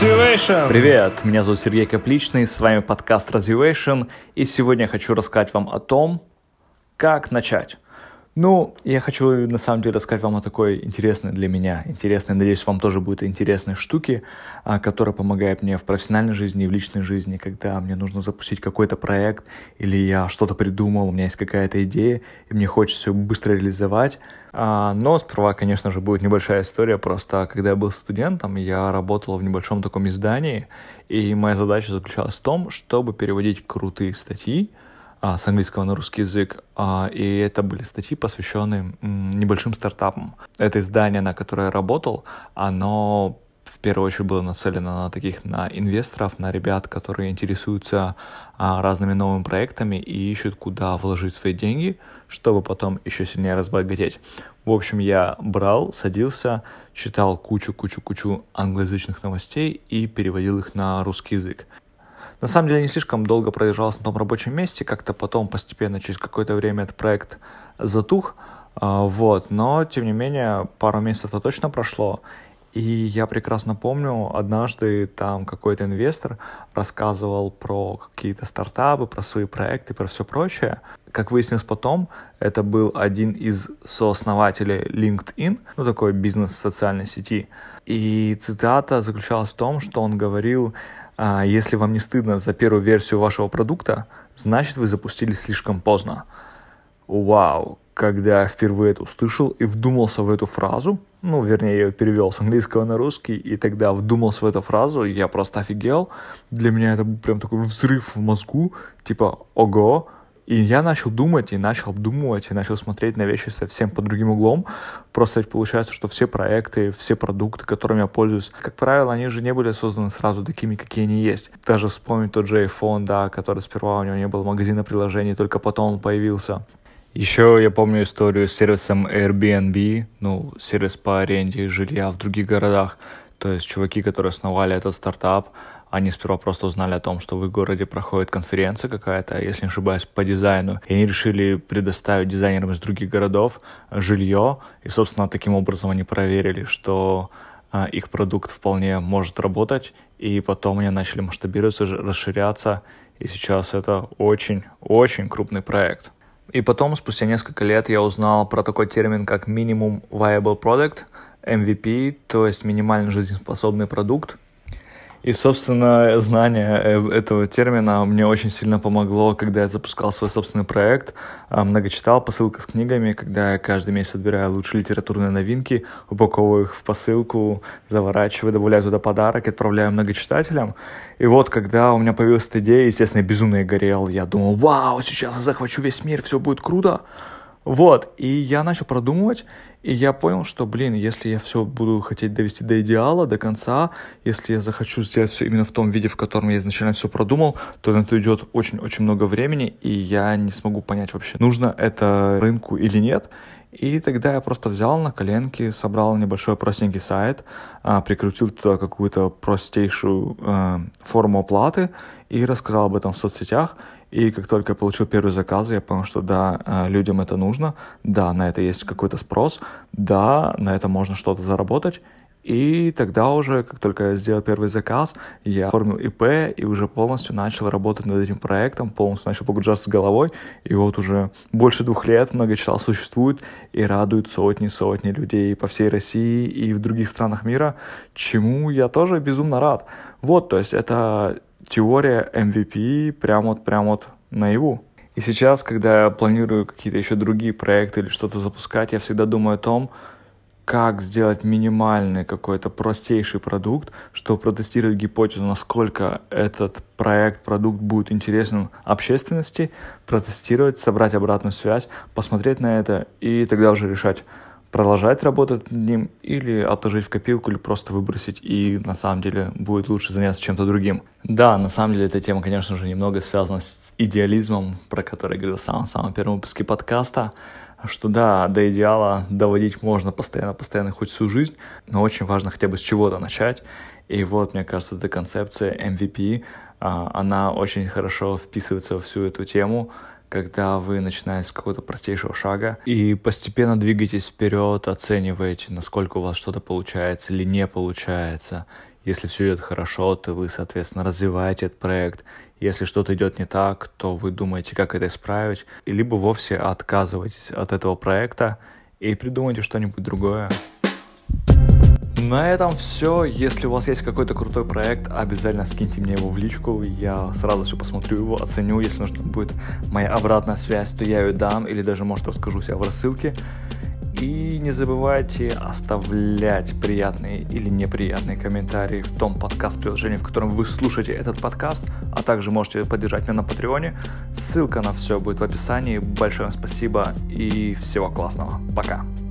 Развивation! Привет, меня зовут Сергей Капличный, с вами подкаст Развивation, и сегодня я хочу рассказать вам о том, как начать. Я хочу на самом деле рассказать вам о такой интересной для меня, надеюсь, вам тоже будет интересной штуке, которая помогает мне в профессиональной жизни и в личной жизни, когда мне нужно запустить какой-то проект, или я что-то придумал, у меня есть какая-то идея, и мне хочется все быстро реализовать. Но сперва, конечно же, будет небольшая история, просто когда я был студентом, я работал в небольшом таком издании, и моя задача заключалась в том, чтобы переводить крутые статьи с английского на русский язык, и это были статьи, посвященные небольшим стартапам. Это издание, на которое я работал, оно в первую очередь было нацелено на инвесторов, на ребят, которые интересуются разными новыми проектами и ищут, куда вложить свои деньги, чтобы потом еще сильнее разбогатеть. В общем, я брал, садился, читал кучу англоязычных новостей и переводил их на русский язык. На самом деле, не слишком долго продержался на том рабочем месте, как-то потом постепенно, через какое-то время этот проект затух, но, тем не менее, пару месяцев-то точно прошло, и я прекрасно помню, однажды там какой-то инвестор рассказывал про какие-то стартапы, про свои проекты, про все прочее. Как выяснилось потом, это был один из сооснователей LinkedIn, такой бизнес социальной сети, и цитата заключалась в том, что он говорил: если вам не стыдно за первую версию вашего продукта, значит, вы запустились слишком поздно. Вау! Когда я впервые это услышал и вдумался в эту фразу, я ее перевел с английского на русский, и тогда вдумался в эту фразу, я просто офигел. Для меня это был прям такой взрыв в мозгу, ого! И я начал думать, и начал обдумывать, и начал смотреть на вещи совсем под другим углом. Просто ведь получается, что все проекты, все продукты, которыми я пользуюсь, как правило, они же не были созданы сразу такими, какие они есть. Даже вспомнить тот же iPhone, который сперва у него не было магазина приложений, только потом он появился. Еще я помню историю с сервисом Airbnb, сервис по аренде жилья в других городах. То есть чуваки, которые основали этот стартап, они сперва просто узнали о том, что в их городе проходит конференция какая-то, если не ошибаюсь, по дизайну. И они решили предоставить дизайнерам из других городов жилье. И, собственно, таким образом они проверили, что их продукт вполне может работать. И потом они начали масштабироваться, расширяться. И сейчас это очень крупный проект. И потом, спустя несколько лет, я узнал про такой термин, как Minimum Viable Product, MVP, то есть минимально жизнеспособный продукт. И, собственно, знание этого термина мне очень сильно помогло, когда я запускал свой собственный проект. Много читал, посылка с книгами, когда я каждый месяц отбираю лучшие литературные новинки, упаковываю их в посылку, заворачиваю, добавляю туда подарок, отправляю многочитателям. И когда у меня появилась эта идея, естественно, я безумно горел. Я думал: вау, сейчас я захвачу весь мир, все будет круто. И я начал продумывать, и я понял, что, если я все буду хотеть довести до идеала, до конца, если я захочу сделать все именно в том виде, в котором я изначально все продумал, то на это идет очень много времени, и я не смогу понять вообще, нужно это рынку или нет. И тогда я просто взял на коленки, собрал небольшой простенький сайт, прикрутил туда какую-то простейшую форму оплаты и рассказал об этом в соцсетях. И как только я получил первые заказы, я понял, что да, людям это нужно, да, на это есть какой-то спрос, да, на это можно что-то заработать. И тогда уже, как только я сделал первый заказ, я оформил ИП и уже полностью начал работать над этим проектом, полностью начал погружаться с головой. И уже больше 2 лет многочитал существует и радует сотни людей по всей России и в других странах мира, чему я тоже безумно рад. То есть это теория MVP прям наяву. И сейчас, когда я планирую какие-то еще другие проекты или что-то запускать, я всегда думаю о том, как сделать минимальный какой-то простейший продукт, чтобы протестировать гипотезу, насколько этот продукт будет интересен общественности, протестировать, собрать обратную связь, посмотреть на это и тогда уже решать, продолжать работать над ним или отложить в копилку, или просто выбросить, и на самом деле будет лучше заняться чем-то другим. Да, на самом деле эта тема, конечно же, немного связана с идеализмом, про который я говорил в самом первом выпуске подкаста, что да, до идеала доводить можно постоянно, хоть всю жизнь, но очень важно хотя бы с чего-то начать. И мне кажется, эта концепция MVP, она очень хорошо вписывается во всю эту тему, когда вы начинаете с какого-то простейшего шага и постепенно двигаетесь вперед, оцениваете, насколько у вас что-то получается или не получается, Если все идет хорошо, то вы, соответственно, развиваете этот проект. Если что-то идет не так, то вы думаете, как это исправить. И либо вовсе отказываетесь от этого проекта и придумайте что-нибудь другое. На этом все. Если у вас есть какой-то крутой проект, обязательно скиньте мне его в личку. Я с радостью посмотрю его, оценю. Если нужна будет моя обратная связь, то я ее дам. Или даже, может, расскажу себя в рассылке. И не забывайте оставлять приятные или неприятные комментарии в том подкаст-приложении, в котором вы слушаете этот подкаст. А также можете поддержать меня на Патреоне. Ссылка на все будет в описании. Большое вам спасибо и всего классного. Пока.